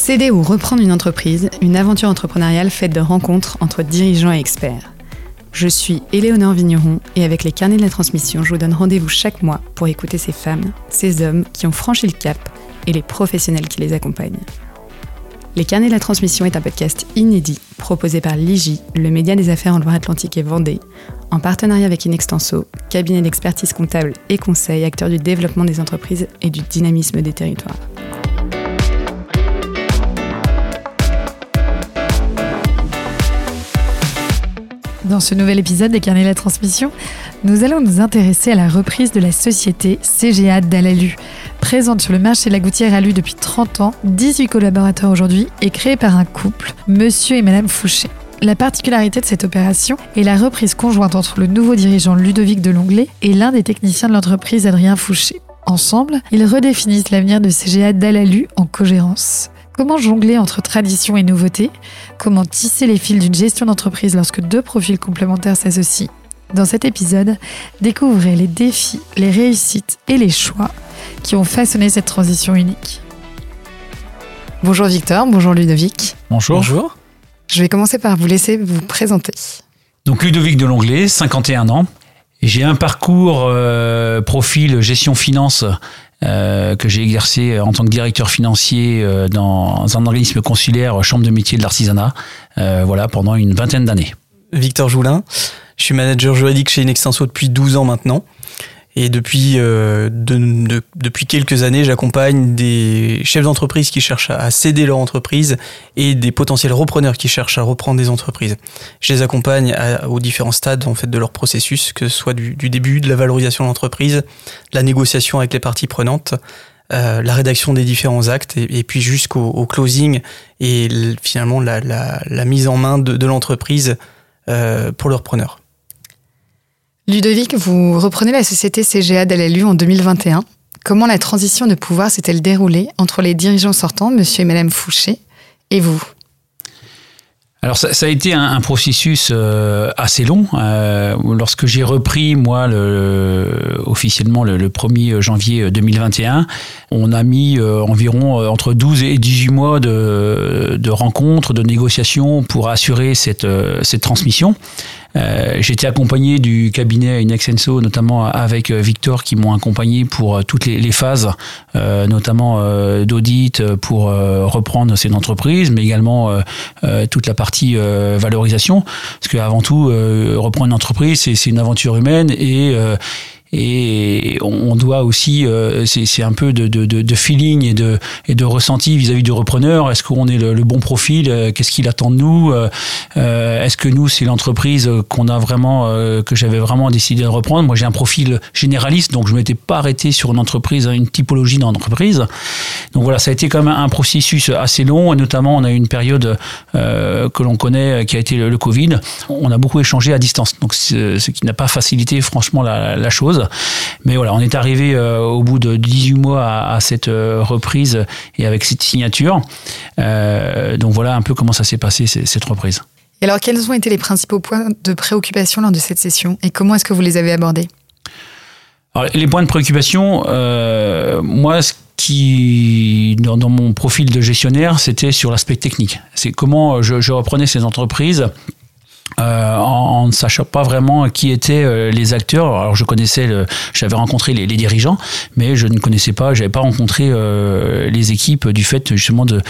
Céder ou reprendre une entreprise, une aventure entrepreneuriale faite de rencontres entre dirigeants et experts. Je suis Éléonore Vigneron et avec les carnets de la transmission, je vous donne rendez-vous chaque mois pour écouter ces femmes, ces hommes qui ont franchi le cap et les professionnels qui les accompagnent. Les carnets de la transmission est un podcast inédit proposé par l'IJ, le média des affaires en Loire-Atlantique et Vendée, en partenariat avec Inextenso, cabinet d'expertise comptable et conseil, acteur du développement des entreprises et du dynamisme des territoires. Dans ce nouvel épisode des carnets de la transmission, nous allons nous intéresser à la reprise de la société CGA d'Alalu. Présente sur le marché de la gouttière à Lu depuis 30 ans, 18 collaborateurs aujourd'hui et créée par un couple, Monsieur et Madame Fouché. La particularité de cette opération est la reprise conjointe entre le nouveau dirigeant Ludovic Delonglet et l'un des techniciens de l'entreprise, Adrien Fouché. Ensemble, ils redéfinissent l'avenir de CGA d'Alalu en cogérance. Comment jongler entre tradition et nouveauté ? Comment tisser les fils d'une gestion d'entreprise lorsque deux profils complémentaires s'associent ? Dans cet épisode, découvrez les défis, les réussites et les choix qui ont façonné cette transition unique. Bonjour Victor, bonjour Ludovic. Bonjour. Je vais commencer par vous laisser vous présenter. Donc Ludovic Delonglet, 51 ans. J'ai un parcours profil gestion finance que j'ai exercé en tant que directeur financier dans un organisme consulaire, chambre de métier de l'artisanat, pendant une vingtaine d'années. Victor Joulin, je suis manager juridique chez Inextenso depuis 12 ans maintenant. Et depuis quelques années, j'accompagne des chefs d'entreprise qui cherchent à céder leur entreprise et des potentiels repreneurs qui cherchent à reprendre des entreprises. Je les accompagne aux différents stades en fait de leur processus, que ce soit du début, de la valorisation de l'entreprise, de la négociation avec les parties prenantes, la rédaction des différents actes et puis jusqu'au closing et finalement la mise en main de l'entreprise pour le repreneur. Ludovic, vous reprenez la société CGA d'Alalu en 2021. Comment la transition de pouvoir s'est-elle déroulée entre les dirigeants sortants, Monsieur et Madame Fouché, et vous ? Alors ça a été un processus assez long. Lorsque j'ai repris, moi, officiellement le 1er janvier 2021, on a mis environ entre 12 et 18 mois de rencontres, de négociations pour assurer cette transmission. J'ai été accompagné du cabinet Inextenso, notamment avec Victor, qui m'ont accompagné pour toutes les phases, notamment d'audit pour reprendre cette entreprise, mais également toute la partie valorisation, parce qu'avant tout, reprendre une entreprise, c'est une aventure humaine et on doit aussi, c'est un peu de feeling et de ressenti vis-à-vis du repreneur. Est-ce qu'on est le bon profil ? Qu'est-ce qu'il attend de nous ? Est-ce que nous, c'est l'entreprise qu'on a vraiment, que j'avais vraiment décidé de reprendre ? Moi, j'ai un profil généraliste, donc je m'étais pas arrêté sur une entreprise, une typologie d'entreprise. Donc voilà, ça a été quand même un processus assez long, et notamment on a eu une période que l'on connaît, qui a été le Covid. On a beaucoup échangé à distance, donc ce qui n'a pas facilité franchement la chose. Mais voilà, on est arrivé au bout de 18 mois à cette reprise et avec cette signature. Donc voilà un peu comment ça s'est passé, cette reprise. Et alors, quels ont été les principaux points de préoccupation lors de cette session et comment est-ce que vous les avez abordés ? Alors, les points de préoccupation, moi, ce qui, dans mon profil de gestionnaire, c'était sur l'aspect technique. C'est comment je reprenais ces entreprises en ne sachant pas vraiment qui étaient les acteurs. Alors j'avais rencontré les dirigeants, mais je ne connaissais pas, j'avais pas rencontré les équipes du fait justement de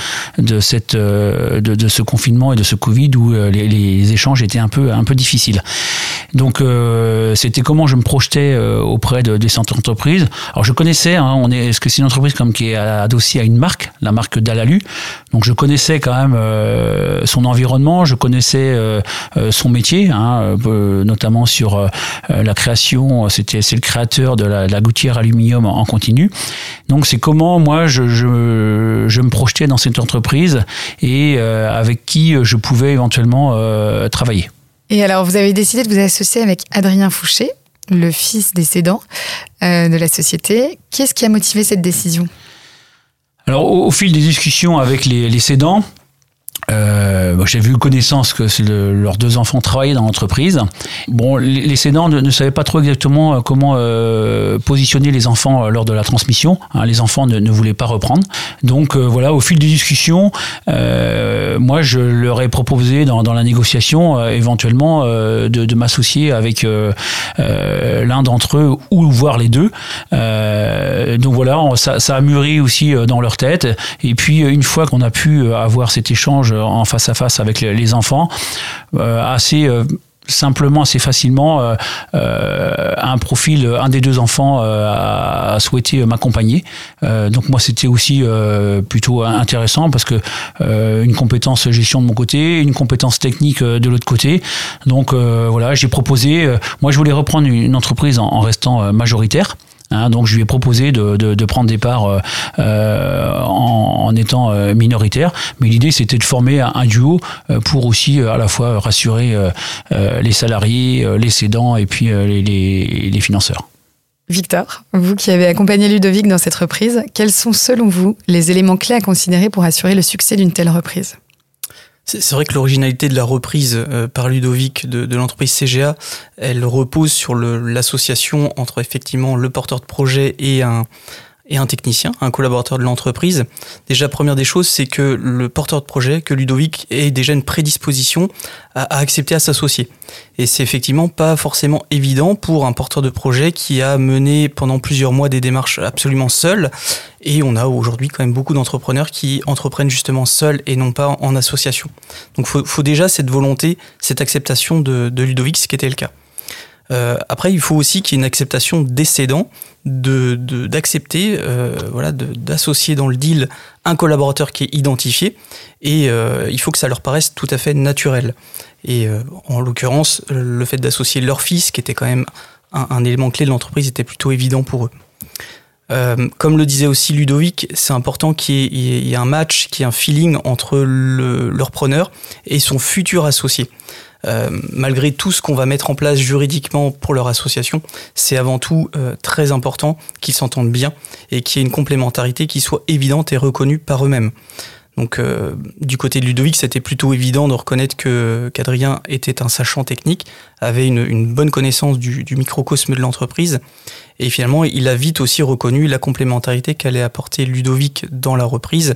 ce confinement et de ce Covid où les échanges étaient un peu difficiles. Donc c'était comment je me projetais auprès de cette entreprise. Alors je connaissais, parce que c'est une entreprise qui est adossée à une marque, la marque d'Alalu. Donc je connaissais quand même son environnement, je connaissais son métier, notamment sur la création. C'est le créateur de la gouttière aluminium en continu. Donc c'est comment moi je me projetais dans cette entreprise et avec qui je pouvais éventuellement travailler. Et alors vous avez décidé de vous associer avec Adrien Fouché, le fils des cédants de la société. Qu'est-ce qui a motivé cette décision ? Alors au fil des discussions avec les cédants, J'ai vu connaissance que leurs 2 enfants travaillaient dans l'entreprise. Bon, les cédants ne savaient pas trop exactement comment positionner les enfants lors de la transmission. Les enfants ne voulaient pas reprendre. Donc voilà, au fil des discussions, moi je leur ai proposé dans la négociation éventuellement de m'associer avec l'un d'entre eux ou voire les 2. Donc voilà, ça a mûri aussi dans leur tête. Et puis une fois qu'on a pu avoir cet échange en face à face avec les enfants, assez simplement, assez facilement, un des 2 enfants a souhaité m'accompagner. Donc moi, c'était aussi plutôt intéressant parce que une compétence gestion de mon côté, une compétence technique de l'autre côté. Donc voilà, j'ai proposé. Moi, je voulais reprendre une entreprise en restant majoritaire. Donc je lui ai proposé de prendre des parts en étant minoritaire, mais l'idée c'était de former un duo pour aussi à la fois rassurer les salariés, les cédants et puis les financeurs. Victor, vous qui avez accompagné Ludovic dans cette reprise, quels sont selon vous les éléments clés à considérer pour assurer le succès d'une telle reprise ? C'est vrai que l'originalité de la reprise par Ludovic de l'entreprise CGA, elle repose sur l'association entre effectivement le porteur de projet et un technicien, un collaborateur de l'entreprise. Déjà, première des choses, c'est que le porteur de projet, que Ludovic, ait déjà une prédisposition à accepter à s'associer. Et c'est effectivement pas forcément évident pour un porteur de projet qui a mené pendant plusieurs mois des démarches absolument seul. Et on a aujourd'hui quand même beaucoup d'entrepreneurs qui entreprennent justement seuls et non pas en association. Donc faut déjà cette volonté, cette acceptation de Ludovic, ce qui était le cas. Après, il faut aussi qu'il y ait une acceptation des cédants d'accepter, d'associer dans le deal un collaborateur qui est identifié, et il faut que ça leur paraisse tout à fait naturel. Et en l'occurrence, le fait d'associer leur fils, qui était quand même un élément clé de l'entreprise, était plutôt évident pour eux. Comme le disait aussi Ludovic, c'est important qu'il y ait un match, qu'il y ait un feeling entre leur preneur et son futur associé. Malgré tout ce qu'on va mettre en place juridiquement pour leur association, c'est avant tout très important qu'ils s'entendent bien et qu'il y ait une complémentarité qui soit évidente et reconnue par eux-mêmes. Donc du côté de Ludovic, c'était plutôt évident de reconnaître qu'Adrien était un sachant technique, avait une bonne connaissance du microcosme de l'entreprise, et finalement il a vite aussi reconnu la complémentarité qu'allait apporter Ludovic dans la reprise,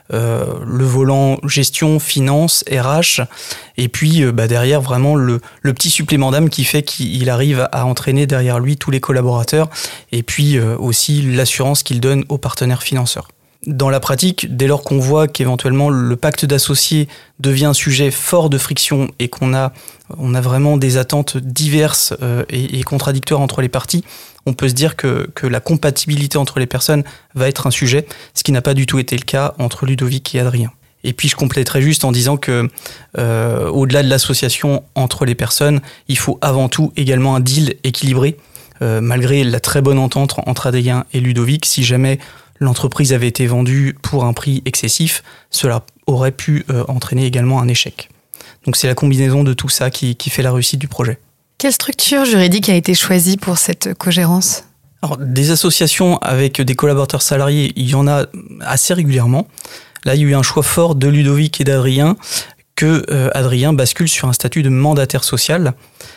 le volant gestion, finance, RH, et puis derrière vraiment le petit supplément d'âme qui fait qu'il arrive à entraîner derrière lui tous les collaborateurs, et puis aussi l'assurance qu'il donne aux partenaires financeurs. Dans la pratique, dès lors qu'on voit qu'éventuellement le pacte d'associés devient un sujet fort de friction et qu'on a vraiment des attentes diverses et contradictoires entre les parties, on peut se dire que la compatibilité entre les personnes va être un sujet, ce qui n'a pas du tout été le cas entre Ludovic et Adrien. Et puis je compléterai juste en disant que au-delà de l'association entre les personnes, il faut avant tout également un deal équilibré. Malgré la très bonne entente entre Adrien et Ludovic, si jamais l'entreprise avait été vendue pour un prix excessif, cela aurait pu entraîner également un échec. Donc c'est la combinaison de tout ça qui fait la réussite du projet. Quelle structure juridique a été choisie pour cette cogérance ? Alors, des associations avec des collaborateurs salariés, il y en a assez régulièrement. Là, il y a eu un choix fort de Ludovic et d'Adrien que Adrien bascule sur un statut de mandataire social.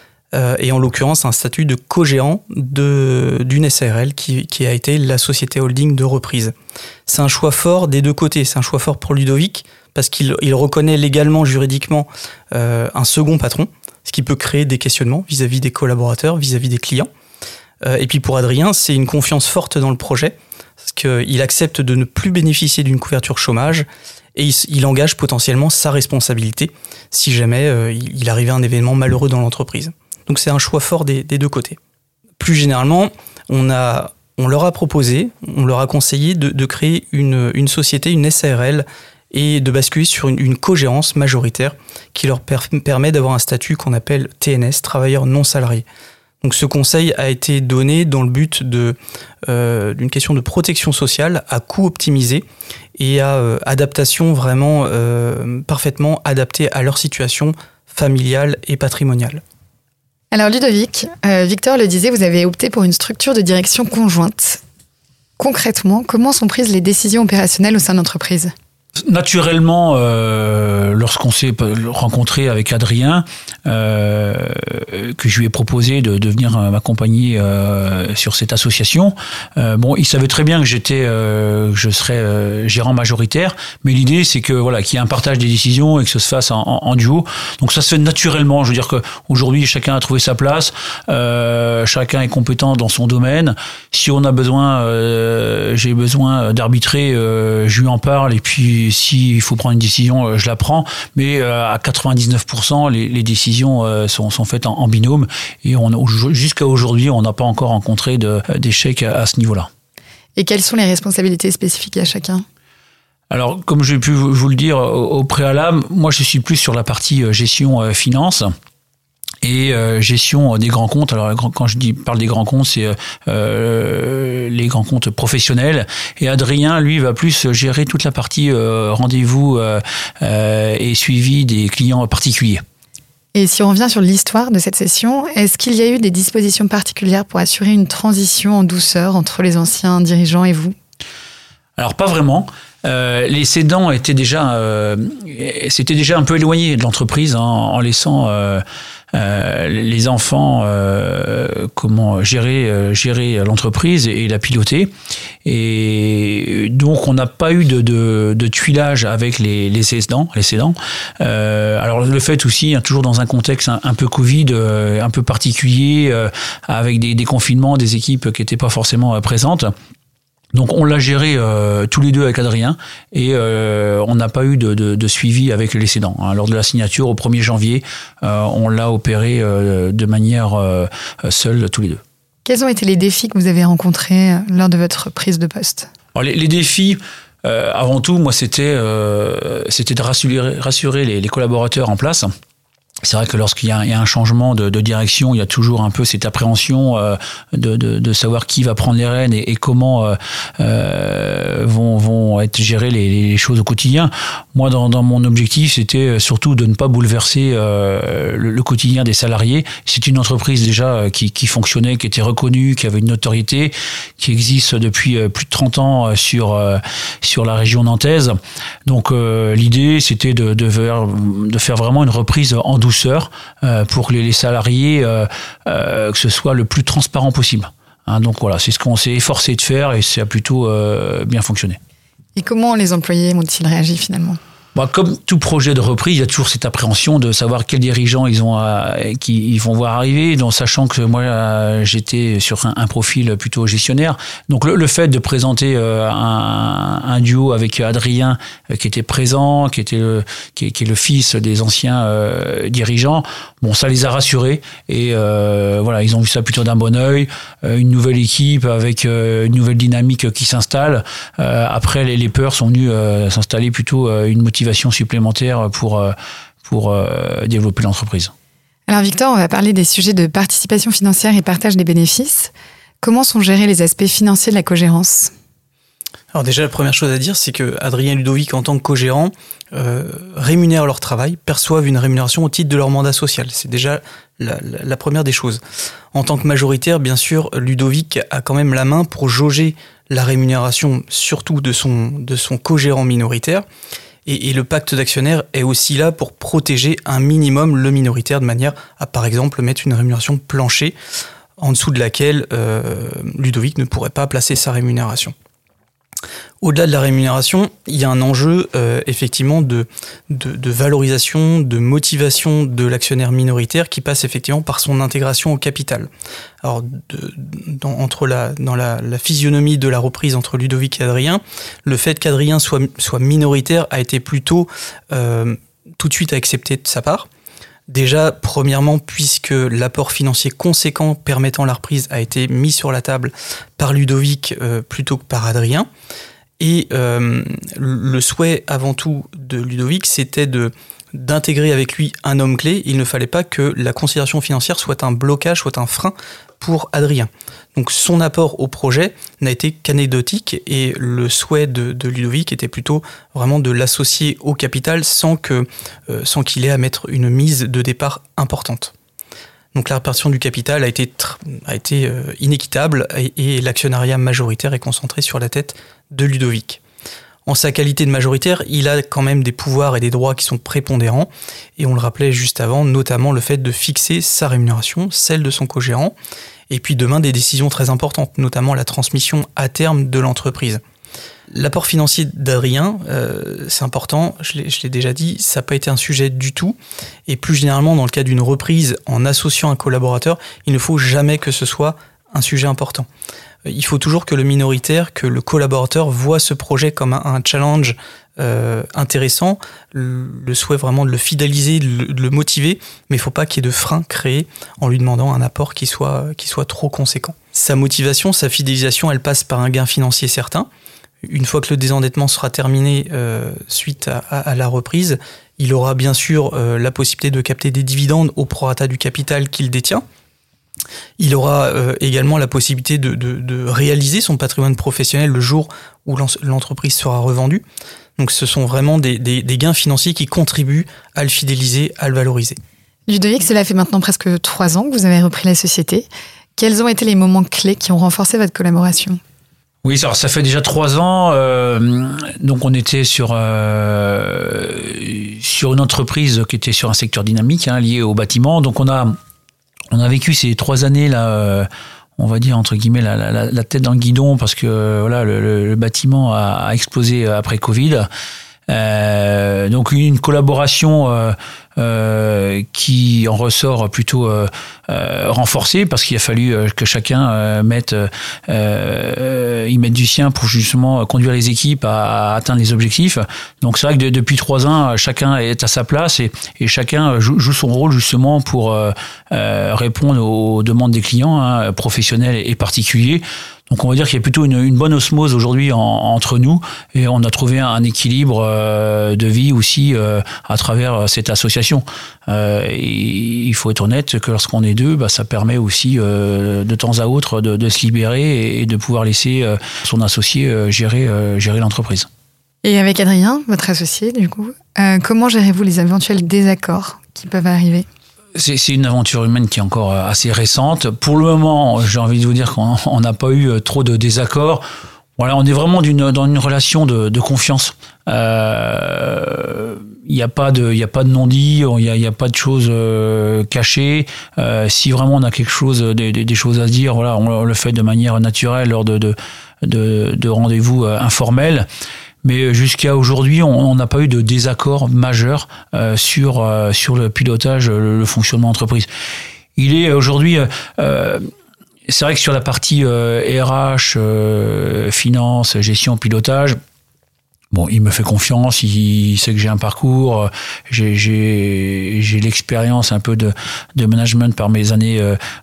Et en l'occurrence un statut de co-gérant d'une SARL qui a été la société holding de reprise. C'est un choix fort des deux côtés. C'est un choix fort pour Ludovic parce qu'il reconnaît légalement, juridiquement un second patron, ce qui peut créer des questionnements vis-à-vis des collaborateurs, vis-à-vis des clients. Et puis pour Adrien, c'est une confiance forte dans le projet parce qu'il accepte de ne plus bénéficier d'une couverture chômage et il engage potentiellement sa responsabilité si jamais il arrivait un événement malheureux dans l'entreprise. Donc c'est un choix fort des deux côtés. Plus généralement, on leur a proposé, on leur a conseillé de créer une société, une SARL, et de basculer sur une co-gérance majoritaire qui leur permet d'avoir un statut qu'on appelle TNS, travailleur non salarié. Donc ce conseil a été donné dans le but d'une question de protection sociale à coût optimisé et à adaptation vraiment parfaitement adaptée à leur situation familiale et patrimoniale. Alors Ludovic, Victor le disait, vous avez opté pour une structure de direction conjointe. Concrètement, comment sont prises les décisions opérationnelles au sein de l'entreprise ? Naturellement, lorsqu'on s'est rencontré avec Adrien, que je lui ai proposé de venir m'accompagner sur cette association, il savait très bien que je serais gérant majoritaire, mais l'idée c'est que voilà, qu'il y ait un partage des décisions et que ça se fasse en duo. Donc ça se fait naturellement. Je veux dire qu'aujourd'hui chacun a trouvé sa place, chacun est compétent dans son domaine. Si on a besoin, j'ai besoin d'arbitrer, je lui en parle et puis s'il faut prendre une décision, je la prends. Mais à 99%, les décisions sont faites en binôme. Et jusqu'à aujourd'hui, on n'a pas encore rencontré d'échec à ce niveau-là. Et quelles sont les responsabilités spécifiques à chacun ? Alors, comme j'ai pu vous le dire au préalable, moi je suis plus sur la partie gestion finance. Et gestion des grands comptes. Alors quand je parle des grands comptes, c'est les grands comptes professionnels. Et Adrien, lui, va plus gérer toute la partie rendez-vous et suivi des clients particuliers. Et si on revient sur l'histoire de cette session, est-ce qu'il y a eu des dispositions particulières pour assurer une transition en douceur entre les anciens dirigeants et vous ? Alors pas vraiment. Les cédants s'étaient déjà un peu éloignés de l'entreprise en laissant les enfants gérer l'entreprise et la piloter. Et donc on n'a pas eu de tuilage avec les cédants. Alors le fait aussi, toujours dans un contexte un peu Covid, un peu particulier, avec des confinements, des équipes qui n'étaient pas forcément présentes. Donc on l'a géré tous les deux avec Adrien et on n'a pas eu de suivi avec les cédants. Lors de la signature au 1er janvier, on l'a opéré de manière seule tous les deux. Quels ont été les défis que vous avez rencontrés lors de votre prise de poste ? Alors, les défis, avant tout, moi c'était de rassurer les collaborateurs en place. C'est vrai que lorsqu'il y a un changement de direction, il y a toujours un peu cette appréhension de savoir qui va prendre les rênes et comment vont être gérées les choses au quotidien. Moi, dans mon objectif, c'était surtout de ne pas bouleverser le quotidien des salariés. C'est une entreprise déjà qui fonctionnait, qui était reconnue, qui avait une notoriété, qui existe depuis plus de 30 ans sur la région nantaise. Donc l'idée, c'était de faire vraiment une reprise en douceur pour que les salariés, que ce soit le plus transparent possible. Donc voilà, c'est ce qu'on s'est efforcé de faire et ça a plutôt bien fonctionné. Et comment les employés ont-ils réagi finalement ? Comme tout projet de reprise, il y a toujours cette appréhension de savoir quels dirigeants ils vont voir arriver, donc sachant que moi j'étais sur un profil plutôt gestionnaire. Donc le fait de présenter un duo avec Adrien qui était présent, qui est le fils des anciens dirigeants, ça les a rassurés et ils ont vu ça plutôt d'un bon œil. Une nouvelle équipe avec une nouvelle dynamique qui s'installe. Après les peurs sont venues s'installer plutôt une motivation supplémentaire pour développer l'entreprise. Alors Victor, on va parler des sujets de participation financière et partage des bénéfices. Comment sont gérés les aspects financiers de la cogérance ? Alors déjà, la première chose à dire, c'est que Adrien et Ludovic, en tant que co-gérants, rémunèrent leur travail, perçoivent une rémunération au titre de leur mandat social. C'est déjà la première des choses. En tant que majoritaire, bien sûr, Ludovic a quand même la main pour jauger la rémunération, surtout de son co-gérant minoritaire. Et le pacte d'actionnaires est aussi là pour protéger un minimum le minoritaire de manière à, par exemple, mettre une rémunération plancher en dessous de laquelle Ludovic ne pourrait pas placer sa rémunération. Au-delà de la rémunération, il y a un enjeu effectivement de valorisation, de motivation de l'actionnaire minoritaire qui passe effectivement par son intégration au capital. Alors, dans la physionomie de la reprise entre Ludovic et Adrien, le fait qu'Adrien soit minoritaire a été plutôt tout de suite accepté de sa part. Déjà, premièrement, puisque l'apport financier conséquent permettant la reprise a été mis sur la table par Ludovic plutôt que par Adrien. Et le souhait avant tout de Ludovic, c'était d'intégrer avec lui un homme clé. Il ne fallait pas que la considération financière soit un blocage, soit un frein pour Adrien. Donc son apport au projet n'a été qu'anecdotique et le souhait de Ludovic était plutôt vraiment de l'associer au capital sans qu'il ait à mettre une mise de départ importante. Donc la répartition du capital a été inéquitable et l'actionnariat majoritaire est concentré sur la tête de Ludovic. En sa qualité de majoritaire, il a quand même des pouvoirs et des droits qui sont prépondérants. Et on le rappelait juste avant, notamment le fait de fixer sa rémunération, celle de son co-gérant, et puis demain des décisions très importantes, notamment la transmission à terme de l'entreprise. L'apport financier d'Adrien, c'est important, je l'ai déjà dit, ça n'a pas été un sujet du tout. Et plus généralement, dans le cas d'une reprise en associant un collaborateur, il ne faut jamais que ce soit un sujet important. Il faut toujours que le minoritaire, que le collaborateur voit ce projet comme un challenge intéressant, le souhait vraiment de le fidéliser, de le motiver, mais il ne faut pas qu'il y ait de frein créé en lui demandant un apport qui soit trop conséquent. Sa motivation, sa fidélisation, elle passe par un gain financier certain. Une fois que le désendettement sera terminé suite à la reprise, il aura bien sûr la possibilité de capter des dividendes au prorata du capital qu'il détient. Il aura également la possibilité de réaliser son patrimoine professionnel le jour où l'entreprise sera revendue. Donc ce sont vraiment des gains financiers qui contribuent à le fidéliser, à le valoriser. Ludovic, cela fait maintenant presque 3 ans que vous avez repris la société. Quels ont été les moments clés qui ont renforcé votre collaboration ? Oui, alors ça fait déjà 3 ans. Donc on était sur une entreprise qui était sur un secteur dynamique lié au bâtiment. Donc on a vécu ces 3 années là, on va dire entre guillemets la tête dans le guidon parce que voilà le bâtiment a explosé après Covid. Donc une collaboration qui en ressort plutôt renforcée parce qu'il a fallu que chacun y mette du sien pour justement conduire les équipes à atteindre les objectifs. Donc c'est vrai que depuis 3 ans, chacun est à sa place et chacun joue son rôle justement pour répondre aux demandes des clients, professionnels et particuliers. Donc on va dire qu'il y a plutôt une bonne osmose aujourd'hui entre nous et on a trouvé un équilibre de vie aussi à travers cette association. Et il faut être honnête que lorsqu'on est 2, ça permet aussi de temps à autre de se libérer et de pouvoir laisser son associé gérer l'entreprise. Et avec Adrien, votre associé du coup, comment gérez-vous les éventuels désaccords qui peuvent arriver ? C'est une aventure humaine qui est encore assez récente. Pour le moment, j'ai envie de vous dire qu'on n'a pas eu trop de désaccords. Voilà, on est vraiment dans une relation de confiance. Il n'y a pas de non-dit, il n'y a pas de choses cachées. Si vraiment on a quelque chose, des choses à se dire, voilà, on le fait de manière naturelle lors de rendez-vous informels. Mais jusqu'à aujourd'hui, on n'a pas eu de désaccord majeur sur le pilotage, le fonctionnement d'entreprise. Il est aujourd'hui... c'est vrai que sur la partie RH, finance, gestion, pilotage, bon, il me fait confiance, il sait que j'ai un parcours, j'ai l'expérience un peu de management par mes années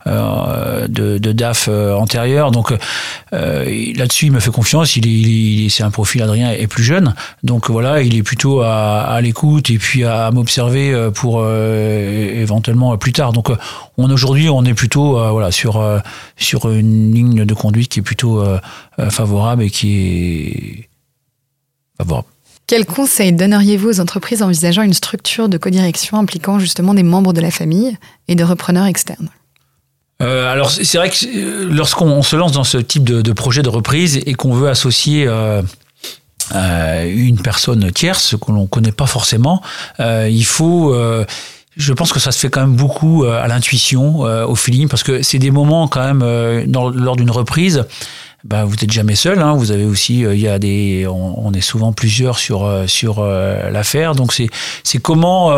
de DAF antérieures. Donc là-dessus, il me fait confiance. C'est un profil, Adrien est plus jeune, donc voilà, il est plutôt à l'écoute et puis à m'observer pour éventuellement plus tard. Donc aujourd'hui, on est plutôt sur une ligne de conduite qui est plutôt favorable et qui est favorable. Quel conseil donneriez-vous aux entreprises envisageant une structure de codirection impliquant justement des membres de la famille et de repreneurs externes ? Alors c'est vrai que lorsqu'on se lance dans ce type de projet de reprise et qu'on veut associer une personne tierce que l'on ne connaît pas forcément, il faut... je pense que ça se fait quand même beaucoup à l'intuition, au feeling, parce que c'est des moments quand même lors d'une reprise. Vous n'êtes jamais seul, vous avez aussi, on est souvent plusieurs sur l'affaire, donc c'est comment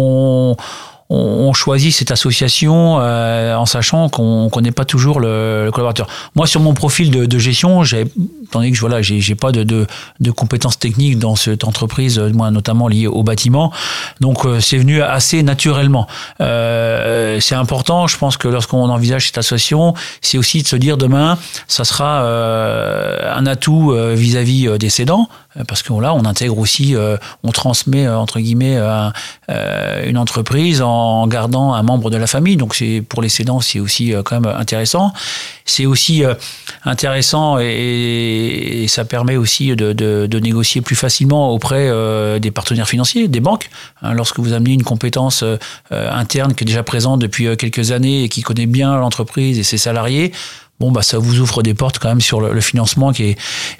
on choisit cette association en sachant qu'on connaît pas toujours le collaborateur. Moi, sur mon profil de gestion, étant donné que j'ai pas de compétences techniques dans cette entreprise, moi notamment liée au bâtiment, donc c'est venu assez naturellement. C'est important, je pense que lorsqu'on envisage cette association, c'est aussi de se dire demain, ça sera un atout vis-à-vis des cédants, parce que là, on intègre aussi, on transmet entre guillemets une entreprise en gardant un membre de la famille. Donc pour les cédants, c'est aussi quand même intéressant. C'est aussi intéressant et ça permet aussi de négocier plus facilement auprès des partenaires financiers, des banques. Lorsque vous amenez une compétence interne qui est déjà présente depuis quelques années et qui connaît bien l'entreprise et ses salariés, ça vous ouvre des portes quand même sur le financement qui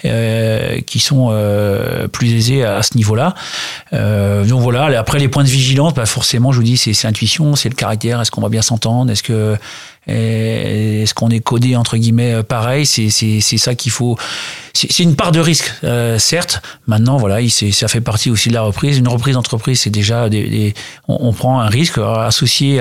sont plus aisés à ce niveau-là. Donc voilà, après les points de vigilance, forcément, je vous dis, c'est l'intuition, c'est le caractère, est-ce qu'on va bien s'entendre, est-ce qu'on est codé entre guillemets pareil, c'est ça qu'il faut. C'est une part de risque, certes. Maintenant, voilà, ça fait partie aussi de la reprise. Une reprise d'entreprise, c'est déjà on prend un risque. Associer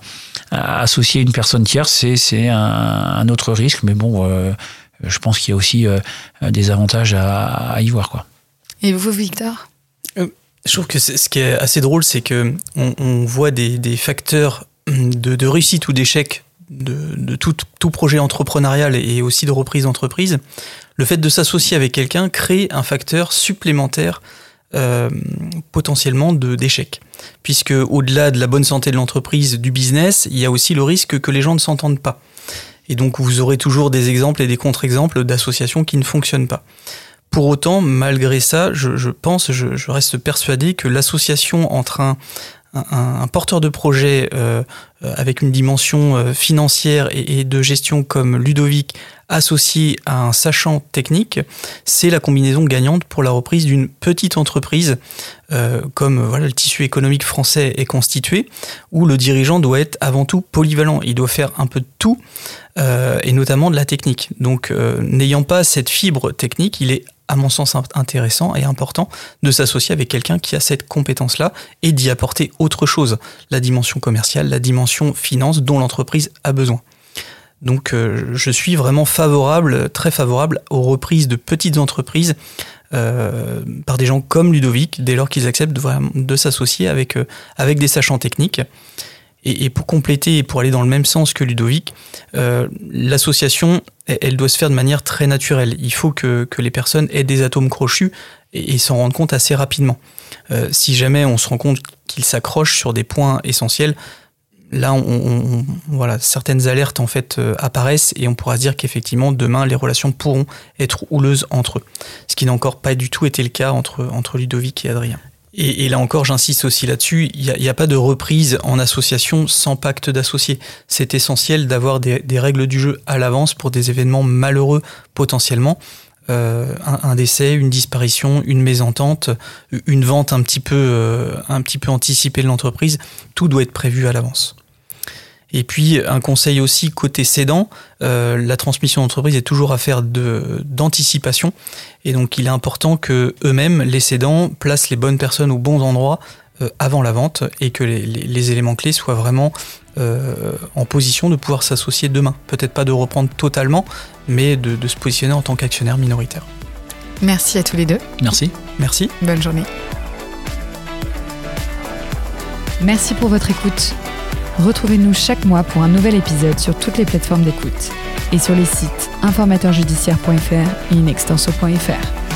une personne tierce, c'est un autre risque. Mais bon, je pense qu'il y a aussi des avantages à y voir, quoi. Et vous, Victor ? Je trouve que ce qui est assez drôle, c'est que on voit des facteurs de réussite ou d'échec de tout projet entrepreneurial et aussi de reprise d'entreprise. Le fait de s'associer avec quelqu'un crée un facteur supplémentaire potentiellement d'échec. Puisque au-delà de la bonne santé de l'entreprise, du business, il y a aussi le risque que les gens ne s'entendent pas. Et donc vous aurez toujours des exemples et des contre-exemples d'associations qui ne fonctionnent pas. Pour autant, malgré ça, je reste persuadé que l'association entre un porteur de projet avec une dimension financière et de gestion comme Ludovic associé à un sachant technique, c'est la combinaison gagnante pour la reprise d'une petite entreprise comme le tissu économique français est constitué, où le dirigeant doit être avant tout polyvalent, il doit faire un peu de tout et notamment de la technique. Donc n'ayant pas cette fibre technique, il est à mon sens intéressant et important de s'associer avec quelqu'un qui a cette compétence-là et d'y apporter autre chose, la dimension commerciale, la dimension finance dont l'entreprise a besoin. Donc je suis vraiment très favorable aux reprises de petites entreprises par des gens comme Ludovic, dès lors qu'ils acceptent de s'associer avec des sachants techniques. Et pour compléter et pour aller dans le même sens que Ludovic, l'association, elle doit se faire de manière très naturelle. Il faut que les personnes aient des atomes crochus et s'en rendent compte assez rapidement. Si jamais on se rend compte qu'ils s'accrochent sur des points essentiels, là, certaines alertes en fait apparaissent et on pourra se dire qu'effectivement demain les relations pourront être houleuses entre eux. Ce qui n'a encore pas du tout été le cas entre Ludovic et Adrien. Et là encore, j'insiste aussi là-dessus, il n'y a pas de reprise en association sans pacte d'associés. C'est essentiel d'avoir des règles du jeu à l'avance pour des événements malheureux potentiellement. Un décès, une disparition, une mésentente, une vente un petit peu anticipée de l'entreprise, tout doit être prévu à l'avance. Et puis un conseil aussi côté cédant, la transmission d'entreprise est toujours affaire d'anticipation et donc il est important que eux-mêmes, les cédants, placent les bonnes personnes aux bons endroits avant la vente et que les éléments clés soient vraiment en position de pouvoir s'associer demain. Peut-être pas de reprendre totalement, mais de se positionner en tant qu'actionnaire minoritaire. Merci à tous les deux. Merci. Merci. Bonne journée. Merci pour votre écoute. Retrouvez-nous chaque mois pour un nouvel épisode sur toutes les plateformes d'écoute et sur les sites informateurjudiciaire.fr et inextenso.fr.